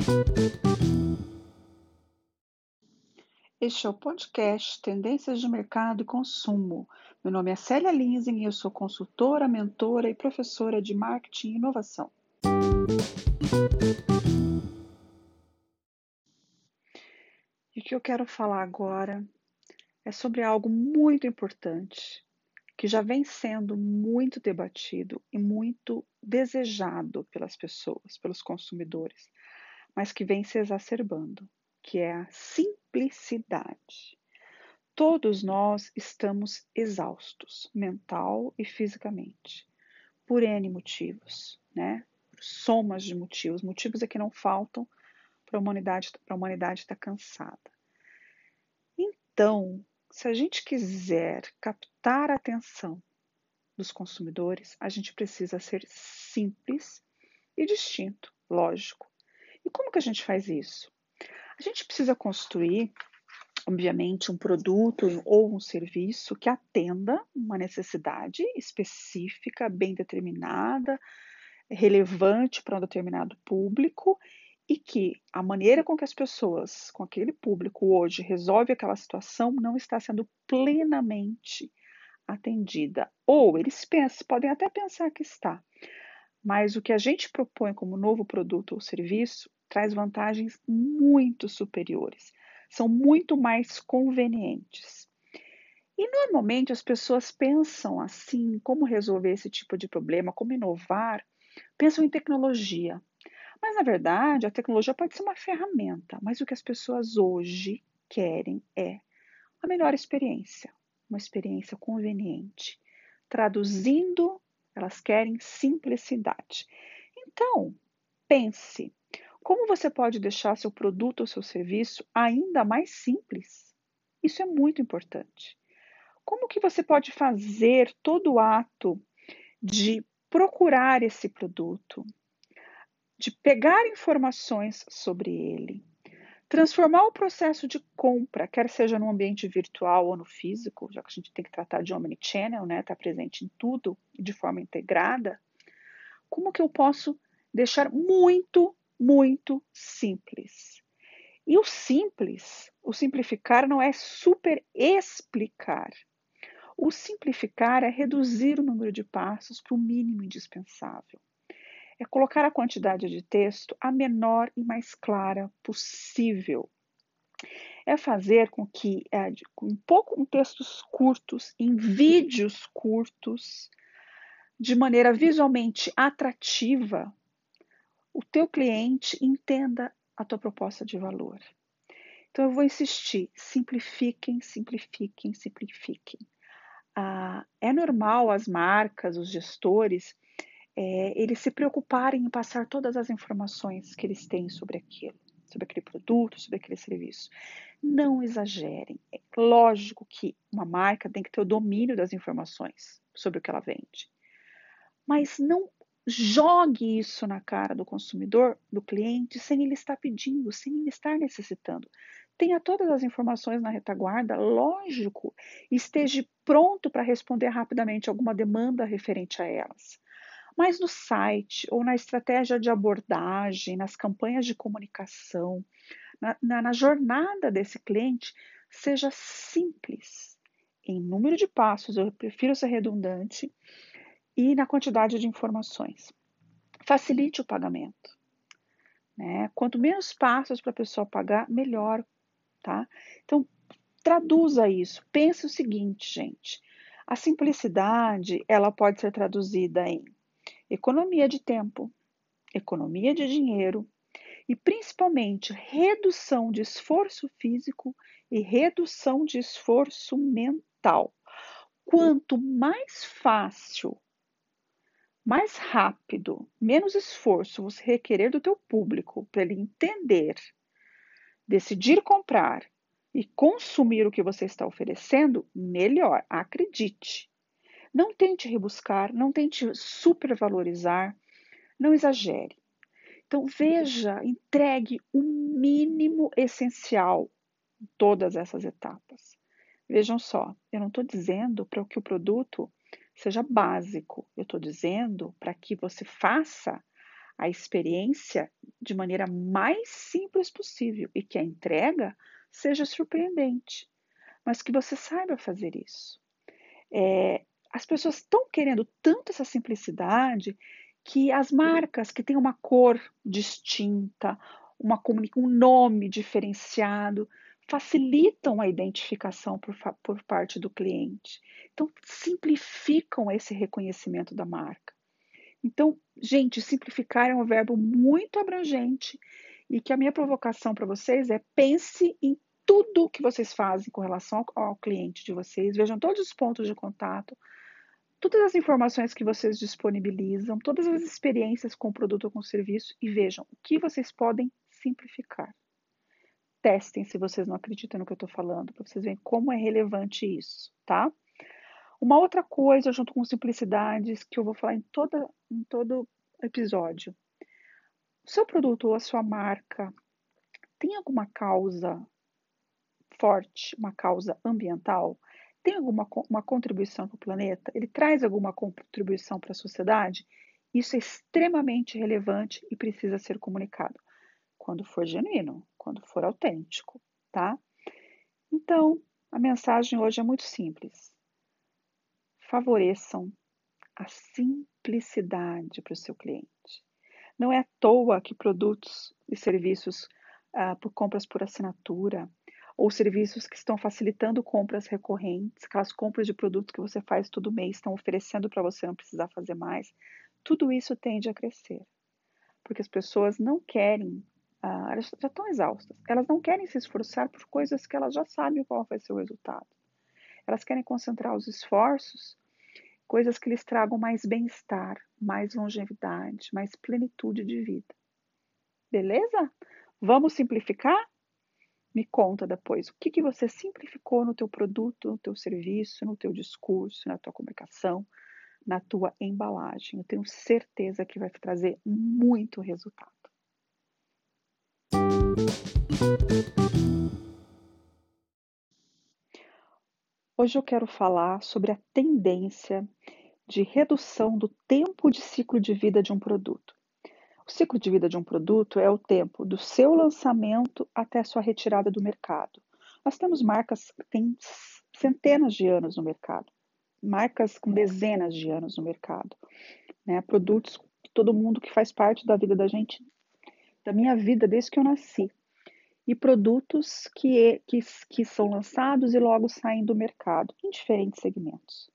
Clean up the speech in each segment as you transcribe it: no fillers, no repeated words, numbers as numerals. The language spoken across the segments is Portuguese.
Este é o podcast Tendências de Mercado e Consumo. Meu nome é Célia Linsing e eu sou consultora, mentora e professora de marketing e inovação. E o que eu quero falar agora é sobre algo muito importante, que já vem sendo muito debatido e muito desejado pelas pessoas, pelos consumidores, mas que vem se exacerbando, que é a simplicidade. Todos nós estamos exaustos, mental e fisicamente, por N motivos, né? Por somas de motivos. Motivos é que não faltam para a humanidade estar cansada. Então, se a gente quiser captar a atenção dos consumidores, a gente precisa ser simples e distinto, lógico. E como que a gente faz isso? A gente precisa construir, obviamente, um produto ou um serviço que atenda uma necessidade específica, bem determinada, relevante para um determinado público e que a maneira com que as pessoas, com aquele público hoje resolve aquela situação não está sendo plenamente atendida. Ou eles pensam, podem até pensar que está, mas o que a gente propõe como novo produto ou serviço traz vantagens muito superiores, são muito mais convenientes. E normalmente as pessoas pensam assim, como resolver esse tipo de problema, como inovar, pensam em tecnologia. Mas na verdade, a tecnologia pode ser uma ferramenta, mas o que as pessoas hoje querem é a melhor experiência, uma experiência conveniente. Traduzindo, elas querem simplicidade. Então, pense, como você pode deixar seu produto ou seu serviço ainda mais simples? Isso é muito importante. Como que você pode fazer todo o ato de procurar esse produto, de pegar informações sobre ele, transformar o processo de compra, quer seja no ambiente virtual ou no físico, já que a gente tem que tratar de omnichannel, né, tá presente em tudo de forma integrada, como que eu posso deixar muito simples? E o simples, o simplificar não é super explicar. O simplificar é reduzir o número de passos para o mínimo indispensável. É colocar a quantidade de texto a menor e mais clara possível. É fazer com que, em textos curtos, em vídeos curtos, de maneira visualmente atrativa, o teu cliente entenda a tua proposta de valor. Então eu vou insistir, simplifiquem. É normal as marcas, os gestores, eles se preocuparem em passar todas as informações que eles têm sobre aquilo, sobre aquele produto, sobre aquele serviço. Não exagerem. É lógico que uma marca tem que ter o domínio das informações sobre o que ela vende. Mas não jogue isso na cara do consumidor, do cliente, sem ele estar pedindo, sem ele estar necessitando. Tenha todas as informações na retaguarda, lógico, e esteja pronto para responder rapidamente alguma demanda referente a elas. Mas no site ou na estratégia de abordagem, nas campanhas de comunicação, na jornada desse cliente, seja simples. Em número de passos, eu prefiro ser redundante, e na quantidade de informações. Facilite o pagamento. Né? Quanto menos passos para a pessoa pagar, melhor. Tá? Então, traduza isso. Pense o seguinte, gente. A simplicidade, ela pode ser traduzida em economia de tempo, economia de dinheiro e principalmente redução de esforço físico e redução de esforço mental. Quanto mais fácil, mais rápido, menos esforço você requerer do teu público para ele entender, decidir comprar e consumir o que você está oferecendo, melhor, acredite. Não tente rebuscar, não tente supervalorizar, não exagere. Então veja, entregue o mínimo essencial em todas essas etapas. Vejam só, eu não estou dizendo para que o produto seja básico, eu estou dizendo para que você faça a experiência de maneira mais simples possível e que a entrega seja surpreendente, mas que você saiba fazer isso. As pessoas estão querendo tanto essa simplicidade que as marcas que têm uma cor distinta, um nome diferenciado, facilitam a identificação por parte do cliente. Então, simplificam esse reconhecimento da marca. Então, gente, simplificar é um verbo muito abrangente e que a minha provocação para vocês é pense em tudo que vocês fazem com relação ao cliente de vocês, vejam todos os pontos de contato, todas as informações que vocês disponibilizam, todas as experiências com o produto ou com o serviço e vejam o que vocês podem simplificar. Testem se vocês não acreditam no que eu estou falando, para vocês verem como é relevante isso, tá? Uma outra coisa, junto com simplicidades, que eu vou falar em todo episódio. O seu produto ou a sua marca tem alguma causa forte, uma causa ambiental? Tem uma contribuição para o planeta? Ele traz alguma contribuição para a sociedade? Isso é extremamente relevante e precisa ser comunicado quando for genuíno, quando for autêntico, tá? Então, a mensagem hoje é muito simples. Favoreçam a simplicidade para o seu cliente. Não é à toa que produtos e serviços por compras por assinatura ou serviços que estão facilitando compras recorrentes, aquelas compras de produtos que você faz todo mês, estão oferecendo para você não precisar fazer mais, tudo isso tende a crescer. Porque as pessoas não querem, elas já estão exaustas, elas não querem se esforçar por coisas que elas já sabem qual vai ser o resultado. Elas querem concentrar os esforços coisas que lhes tragam mais bem-estar, mais longevidade, mais plenitude de vida. Beleza? Vamos simplificar? Me conta depois o que você simplificou no teu produto, no teu serviço, no teu discurso, na tua comunicação, na tua embalagem. Eu tenho certeza que vai trazer muito resultado. Hoje eu quero falar sobre a tendência de redução do tempo de ciclo de vida de um produto. O ciclo de vida de um produto é o tempo do seu lançamento até a sua retirada do mercado. Nós temos marcas que têm centenas de anos no mercado, marcas com dezenas de anos no mercado, né? Produtos que todo mundo que faz parte da vida da gente, da minha vida desde que eu nasci. E produtos que são lançados e logo saem do mercado, em diferentes segmentos.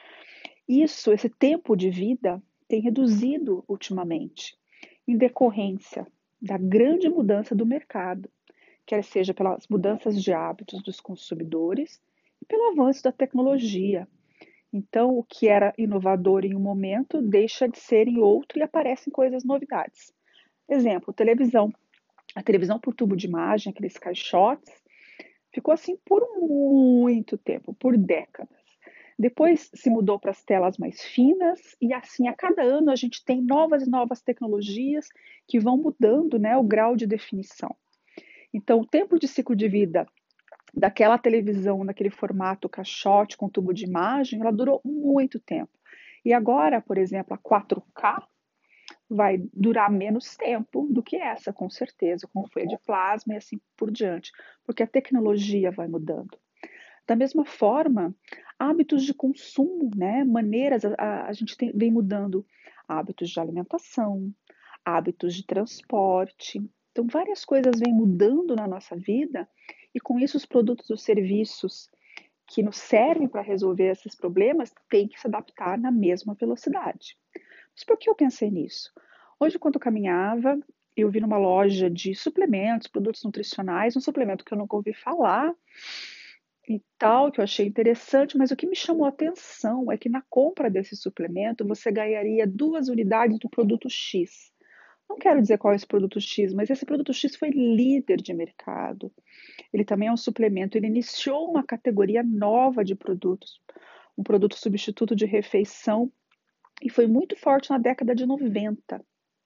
Esse tempo de vida tem reduzido ultimamente, em decorrência da grande mudança do mercado, quer seja pelas mudanças de hábitos dos consumidores e pelo avanço da tecnologia. Então, o que era inovador em um momento deixa de ser em outro e aparecem coisas novidades. Exemplo, televisão. A televisão por tubo de imagem, aqueles caixotes, ficou assim por muito tempo, por décadas. Depois se mudou para as telas mais finas e assim a cada ano a gente tem novas e novas tecnologias que vão mudando, né, o grau de definição. Então, o tempo de ciclo de vida daquela televisão, naquele formato caixote com tubo de imagem, ela durou muito tempo. E agora, por exemplo, a 4K vai durar menos tempo do que essa, com certeza, com folha de plasma e assim por diante, porque a tecnologia vai mudando. Da mesma forma, hábitos de consumo, né? Maneiras, a gente vem mudando hábitos de alimentação, hábitos de transporte. Então, várias coisas vêm mudando na nossa vida e com isso os produtos e os serviços que nos servem para resolver esses problemas têm que se adaptar na mesma velocidade. Mas por que eu pensei nisso? Hoje, quando eu caminhava, eu vi numa loja de suplementos, produtos nutricionais, um suplemento que eu nunca ouvi falar e tal, que eu achei interessante, mas o que me chamou a atenção é que na compra desse suplemento você ganharia 2 unidades do produto X. Não quero dizer qual é esse produto X, mas esse produto X foi líder de mercado. Ele também é um suplemento, ele iniciou uma categoria nova de produtos, um produto substituto de refeição, e foi muito forte na década de 90.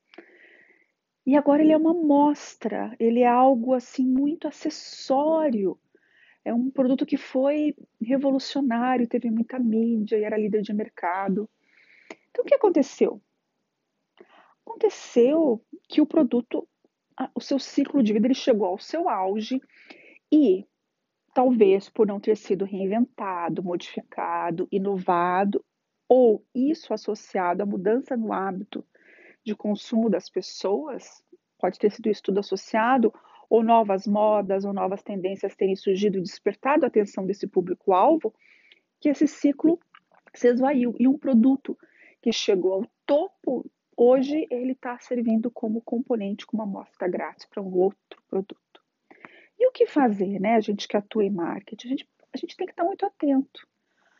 E agora ele é uma amostra, ele é algo assim muito acessório. É um produto que foi revolucionário, teve muita mídia e era líder de mercado. Então o que aconteceu? aconteceu que o produto, o seu ciclo de vida, ele chegou ao seu auge e talvez por não ter sido reinventado, modificado, inovado, ou isso associado à mudança no hábito de consumo das pessoas, pode ter sido isso tudo associado, ou novas modas, ou novas tendências terem surgido e despertado a atenção desse público-alvo, que esse ciclo se esvaiu. E um produto que chegou ao topo, hoje ele está servindo como componente, como amostra grátis para um outro produto. E o que fazer, né? A gente que atua em marketing, a gente tem que estar muito atento.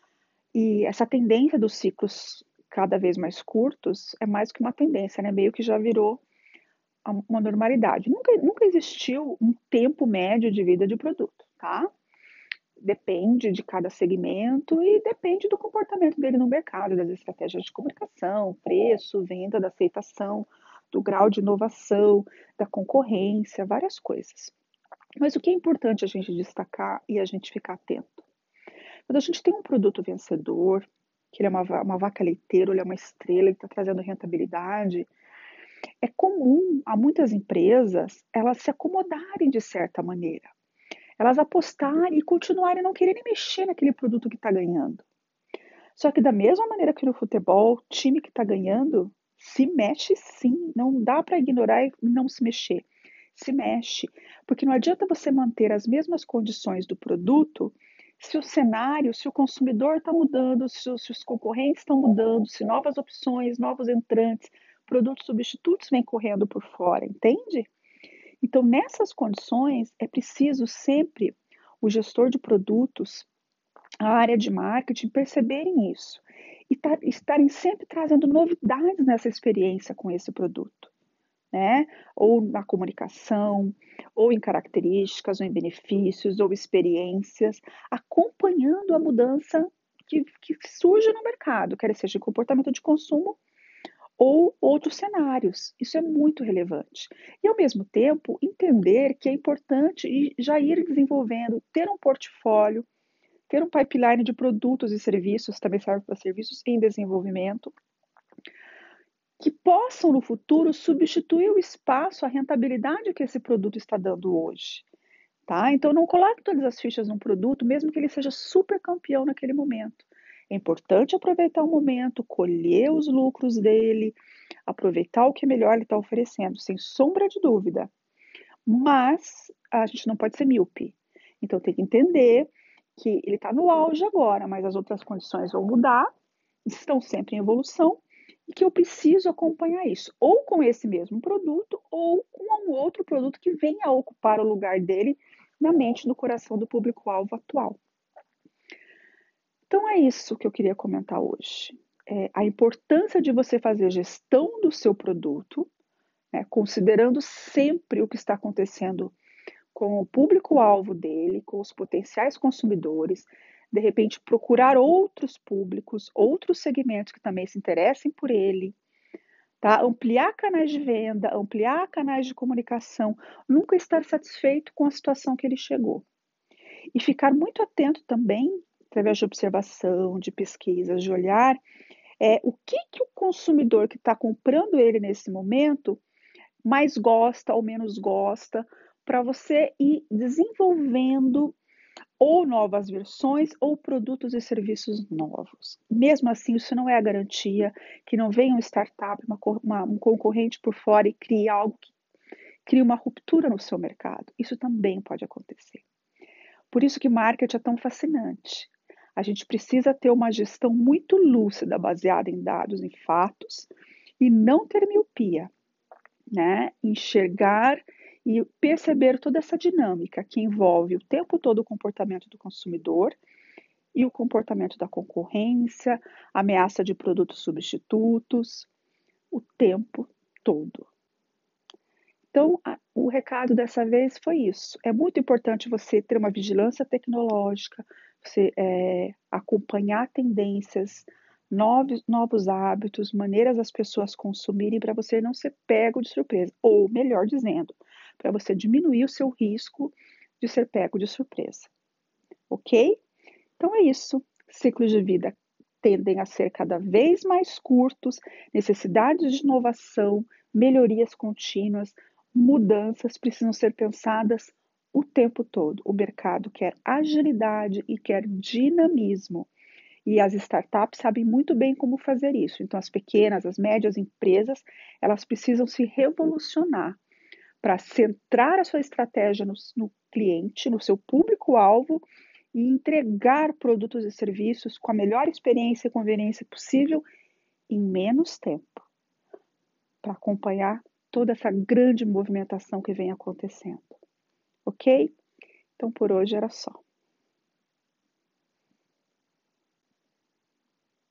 E essa tendência dos ciclos cada vez mais curtos é mais que uma tendência, né? Meio que já virou uma normalidade. Nunca existiu um tempo médio de vida de produto, tá? Depende de cada segmento e depende do comportamento dele no mercado, das estratégias de comunicação, preço, venda, da aceitação, do grau de inovação, da concorrência, várias coisas. Mas o que é importante a gente destacar e a gente ficar atento? Quando a gente tem um produto vencedor, que ele é uma vaca leiteira, ele é uma estrela, ele está trazendo rentabilidade, é comum a muitas empresas elas se acomodarem de certa maneira. Elas apostarem e continuarem não quererem mexer naquele produto que está ganhando. Só que da mesma maneira que no futebol, o time que está ganhando se mexe sim, não dá para ignorar e não se mexer. Se mexe, porque não adianta você manter as mesmas condições do produto se o cenário, se o consumidor está mudando, se os concorrentes estão mudando, se novas opções, novos entrantes, produtos substitutos vêm correndo por fora, entende? Então, nessas condições, é preciso sempre o gestor de produtos, a área de marketing, perceberem isso e estarem sempre trazendo novidades nessa experiência com esse produto, né? Ou na comunicação, ou em características, ou em benefícios, ou experiências, acompanhando a mudança que surge no mercado, quer seja em comportamento de consumo ou outros cenários. Isso é muito relevante. E, ao mesmo tempo, entender que é importante já ir desenvolvendo, ter um portfólio, ter um pipeline de produtos e serviços, também serve para serviços em desenvolvimento, que possam no futuro substituir o espaço, a rentabilidade que esse produto está dando hoje. Tá? Então, não coloque todas as fichas num produto, mesmo que ele seja super campeão naquele momento. É importante aproveitar o momento, colher os lucros dele, aproveitar o que melhor ele está oferecendo, sem sombra de dúvida. Mas a gente não pode ser míope. Então tem que entender que ele está no auge agora, mas as outras condições vão mudar, estão sempre em evolução, e que eu preciso acompanhar isso, ou com esse mesmo produto, ou com um outro produto que venha a ocupar o lugar dele na mente, no coração do público-alvo atual. Então é isso que eu queria comentar hoje. A importância de você fazer gestão do seu produto, considerando sempre o que está acontecendo com o público-alvo dele, com os potenciais consumidores, de repente procurar outros públicos, outros segmentos que também se interessem por ele, tá? Ampliar canais de venda, ampliar canais de comunicação, nunca estar satisfeito com a situação que ele chegou. E ficar muito atento também, através de observação, de pesquisas, de olhar, o que o consumidor que está comprando ele nesse momento mais gosta ou menos gosta, para você ir desenvolvendo ou novas versões ou produtos e serviços novos. Mesmo assim, isso não é a garantia que não venha um startup, um concorrente por fora e crie algo que crie uma ruptura no seu mercado. Isso também pode acontecer. Por isso que marketing é tão fascinante. A gente precisa ter uma gestão muito lúcida, baseada em dados, em fatos, e não ter miopia, né? Enxergar e perceber toda essa dinâmica que envolve o tempo todo o comportamento do consumidor e o comportamento da concorrência, ameaça de produtos substitutos, o tempo todo. Então, o recado dessa vez foi isso. É muito importante você ter uma vigilância tecnológica, você acompanhar tendências, novos hábitos, maneiras das pessoas consumirem para você não ser pego de surpresa. Ou, melhor dizendo, para você diminuir o seu risco de ser pego de surpresa. Ok? Então é isso. Ciclo de vida tendem a ser cada vez mais curtos, necessidades de inovação, melhorias contínuas, mudanças precisam ser pensadas o tempo todo. O mercado quer agilidade e quer dinamismo. E as startups sabem muito bem como fazer isso. Então, as pequenas, as médias empresas, elas precisam se revolucionar para centrar a sua estratégia no cliente, no seu público-alvo e entregar produtos e serviços com a melhor experiência e conveniência possível em menos tempo, para acompanhar toda essa grande movimentação que vem acontecendo. Ok? Então, por hoje era só.